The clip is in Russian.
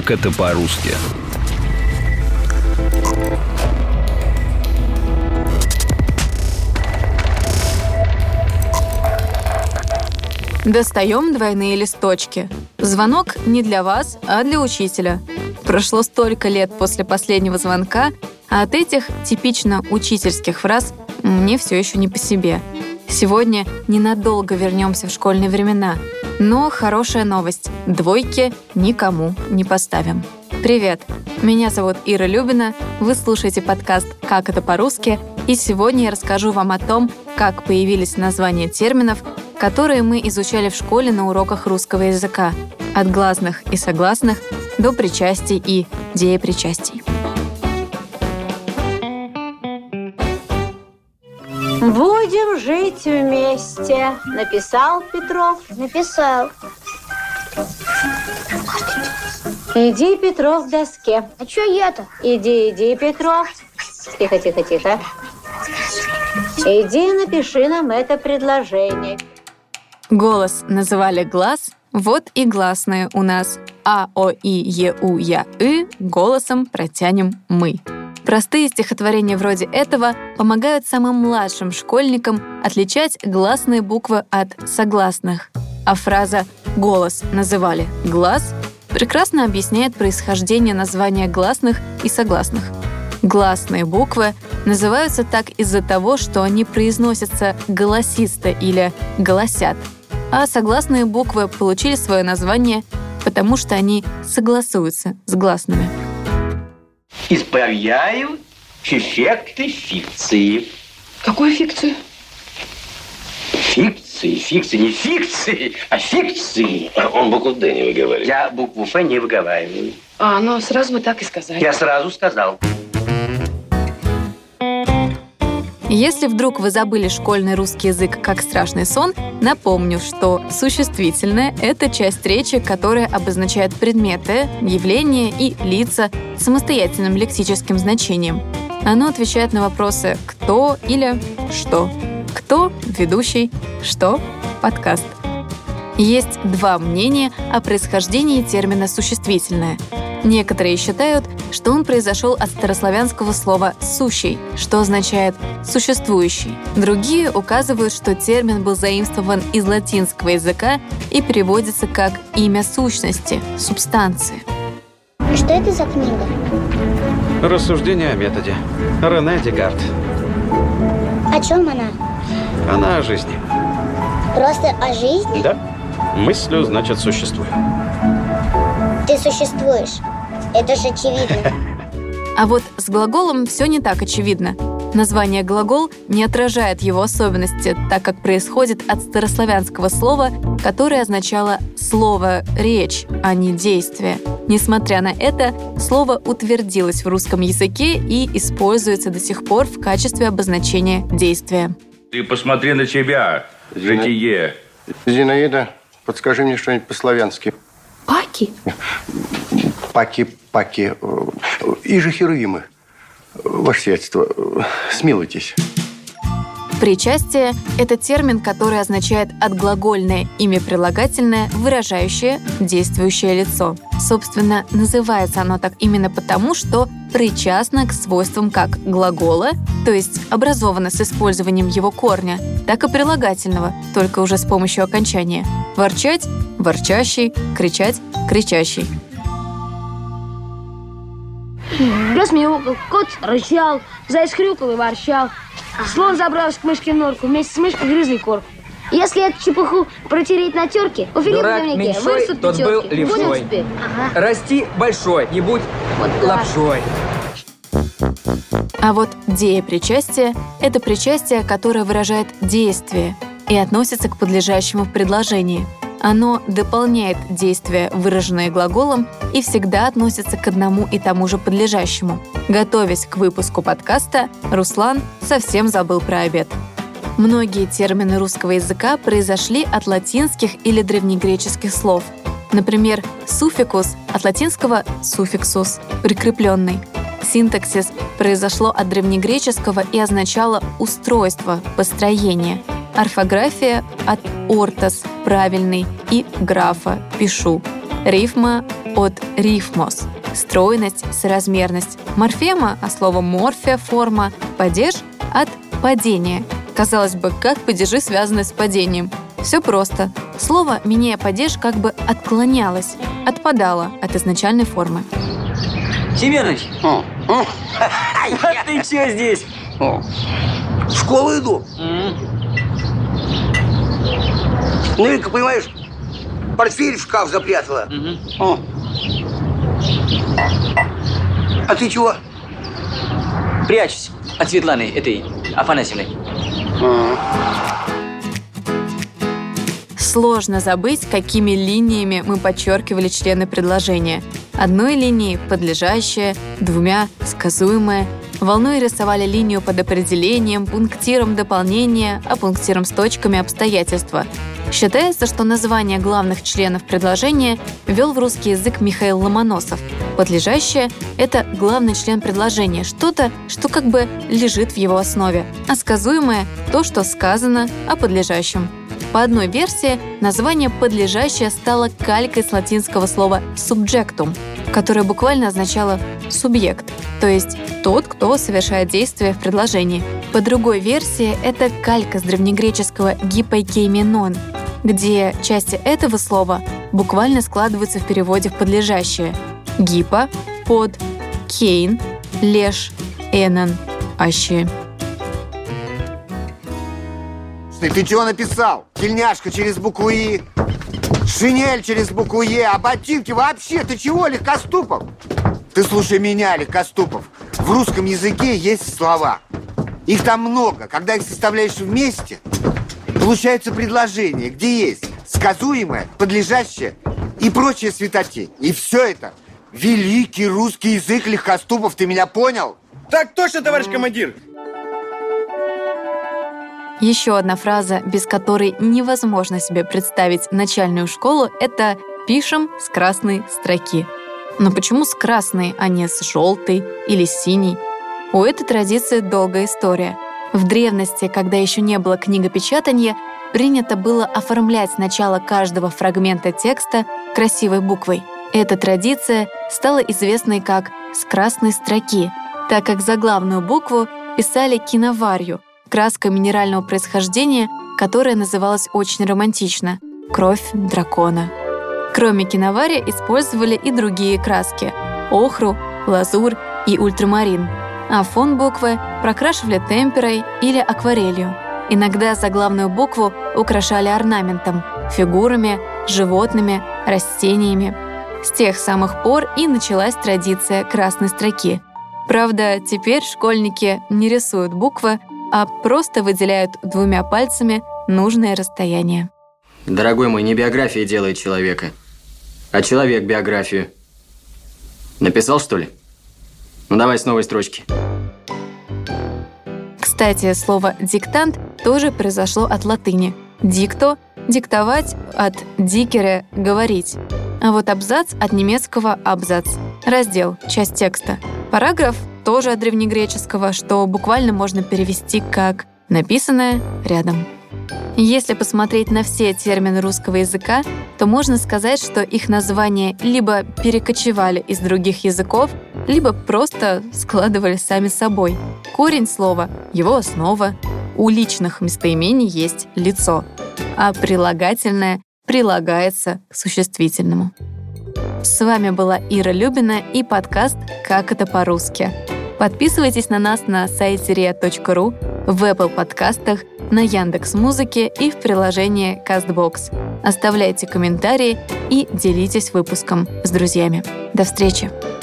Как это по-русски? Достаем двойные листочки. Звонок не для вас, а для учителя. Прошло столько лет после последнего звонка, а от этих типично учительских фраз мне все еще не по себе. Сегодня ненадолго вернемся в школьные времена. Но хорошая новость – двойки никому не поставим. Привет! Меня зовут Ира Любина, вы слушаете подкаст «Как это по-русски», и сегодня я расскажу вам о том, как появились названия терминов, которые мы изучали в школе на уроках русского языка, от гласных и согласных до причастий и деепричастий. Будем жить вместе. Написал Петров? Написал. Иди, Петров, к доске. А что я-то? Иди, Петров. Тихо. Иди, напиши нам это предложение. Голос называли глас, вот и гласные у нас. А, О, И, Е, У, Я, И голосом протянем мы. Простые стихотворения вроде этого помогают самым младшим школьникам отличать гласные буквы от согласных. А фраза «голос называли глас» прекрасно объясняет происхождение названия гласных и согласных. Гласные буквы называются так из-за того, что они произносятся голосисто или голосят, а согласные буквы получили свое название, потому что они согласуются с гласными. Исправляю эффекты фикции. Какую фикцию? Фикции, не фикции, а фикции. Он букву «Д» не выговаривает. Я букву «Ф» не выговариваю. Ну сразу бы так и сказали. Я сразу сказал. Если вдруг вы забыли школьный русский язык как страшный сон, напомню, что существительное — это часть речи, которая обозначает предметы, явления и лица с самостоятельным лексическим значением. Оно отвечает на вопросы «кто» или «что». «Кто» — ведущий, «что» — подкаст. Есть два мнения о происхождении термина «существительное». Некоторые считают, что он произошел от старославянского слова «сущий», что означает «существующий». Другие указывают, что термин был заимствован из латинского языка и переводится как «имя сущности», «субстанции». Что это за книга? Рассуждение о методе. Рене Декарт. О чем она? Она о жизни. Просто о жизни? Да. Мыслю, значит, существую. Ты существуешь. Это же очевидно. А вот с глаголом все не так очевидно. Название «глагол» не отражает его особенности, так как происходит от старославянского слова, которое означало слово «речь», а не «действие». Несмотря на это, слово утвердилось в русском языке и используется до сих пор в качестве обозначения действия. Ты посмотри на себя, житие. Зинаида, подскажи мне что-нибудь по-славянски. Паки? Паки. И же херувимы. Ваше сиятельство, смилуйтесь. Причастие — это термин, который означает отглагольное имя прилагательное, выражающее действующее лицо. Собственно, называется оно так именно потому, что причастно к свойствам как глагола, то есть образовано с использованием его корня, так и прилагательного, только уже с помощью окончания. Ворчать — ворчащий, кричать — кричащий. Пес мяукал, кот рычал, заяц хрюкал и ворчал. Слон забрался к мышке в норку, вместе с мышкой грызли корку. Если эту чепуху протереть на терке, у Филиппа Дурак дневнике меньшой, вырастут тот был пятерки. левшой. Понял теперь? Ага. Расти большой, не будь Вот так. лапшой. А вот деепричастие — это причастие, которое выражает действие и относится к подлежащему в предложении. Оно дополняет действие, выраженное глаголом, и всегда относится к одному и тому же подлежащему. Готовясь к выпуску подкаста, Руслан совсем забыл про обед. Многие термины русского языка произошли от латинских или древнегреческих слов. Например, суффикус от латинского «суффиксус» — «прикрепленный». Синтаксис произошло от древнегреческого и означало «устройство», «построение». Орфография от «ортос» — «правильный» и «графа» — «пишу». Рифма от рифмос – стройность, соразмерность, морфема, а слово морфия – форма, падеж – от падения. Казалось бы, как падежи связаны с падением? Все просто. Слово, меняя падеж, как бы отклонялось, отпадало от изначальной формы. Семенович, ты что здесь? В школу иду. Ну-ка, понимаешь, портфель в шкаф запрятала. А ты чего? Прячусь от Светланы, этой Афанасьевны. Сложно забыть, какими линиями мы подчеркивали члены предложения. Одной линией – подлежащее, двумя – сказуемое. Волной рисовали линию под определением, пунктиром дополнения, а пунктиром с точками обстоятельства. Считается, что название главных членов предложения ввел в русский язык Михаил Ломоносов. Подлежащее – это главный член предложения, что-то, что как бы лежит в его основе, а сказуемое – то, что сказано о подлежащем. По одной версии, название «подлежащее» стало калькой с латинского слова «subjectum», которое буквально означало «субъект», то есть тот, кто совершает действие в предложении. По другой версии, это калька с древнегреческого «гипокейменон», где части этого слова буквально складываются в переводе в подлежащее. Гипо – под, кейн – леш, энон – аще. Ты чего написал? Тельняшка через букву «и», шинель через букву «е», а ботинки вообще, ты чего, Легкоступов? Ты слушай меня, Легкоступов. В русском языке есть слова. Их там много. Когда их составляешь вместе, получается предложение, где есть сказуемое, подлежащее и прочие святоти. И все это великий русский язык, Легкоступов, ты меня понял? Так точно, товарищ командир! Еще одна фраза, без которой невозможно себе представить начальную школу, это «пишем с красной строки». Но почему с красной, а не с желтой или синей? У этой традиции долгая история. В древности, когда еще не было книгопечатания, принято было оформлять начало каждого фрагмента текста красивой буквой. Эта традиция стала известной как «с красной строки», так как заглавную букву писали киноварью, краска минерального происхождения, которая называлась очень романтично – «кровь дракона». Кроме киновария использовали и другие краски – охру, лазурь и ультрамарин, а фон буквы прокрашивали темперой или акварелью. Иногда заглавную букву украшали орнаментом – фигурами, животными, растениями. С тех самых пор и началась традиция красной строки. Правда, теперь школьники не рисуют буквы, а просто выделяют двумя пальцами нужное расстояние. Дорогой мой, не биография делает человека, а человек биографию. Написал, что ли? Ну давай с новой строчки. Кстати, слово «диктант» тоже произошло от латыни. «Дикто» – диктовать, от «дикере» – говорить. А вот абзац от немецкого «абзац» – раздел, часть текста. Параграф тоже от древнегреческого, что буквально можно перевести как «написанное рядом». Если посмотреть на все термины русского языка, то можно сказать, что их названия либо перекочевали из других языков, либо просто складывались сами собой. Корень слова — его основа. У личных местоимений есть лицо, а прилагательное прилагается к существительному. С вами была Ира Любина и подкаст «Как это по-русски». Подписывайтесь на нас на сайте ria.ru, в Apple подкастах, на Яндекс.Музыке и в приложении CastBox. Оставляйте комментарии и делитесь выпуском с друзьями. До встречи!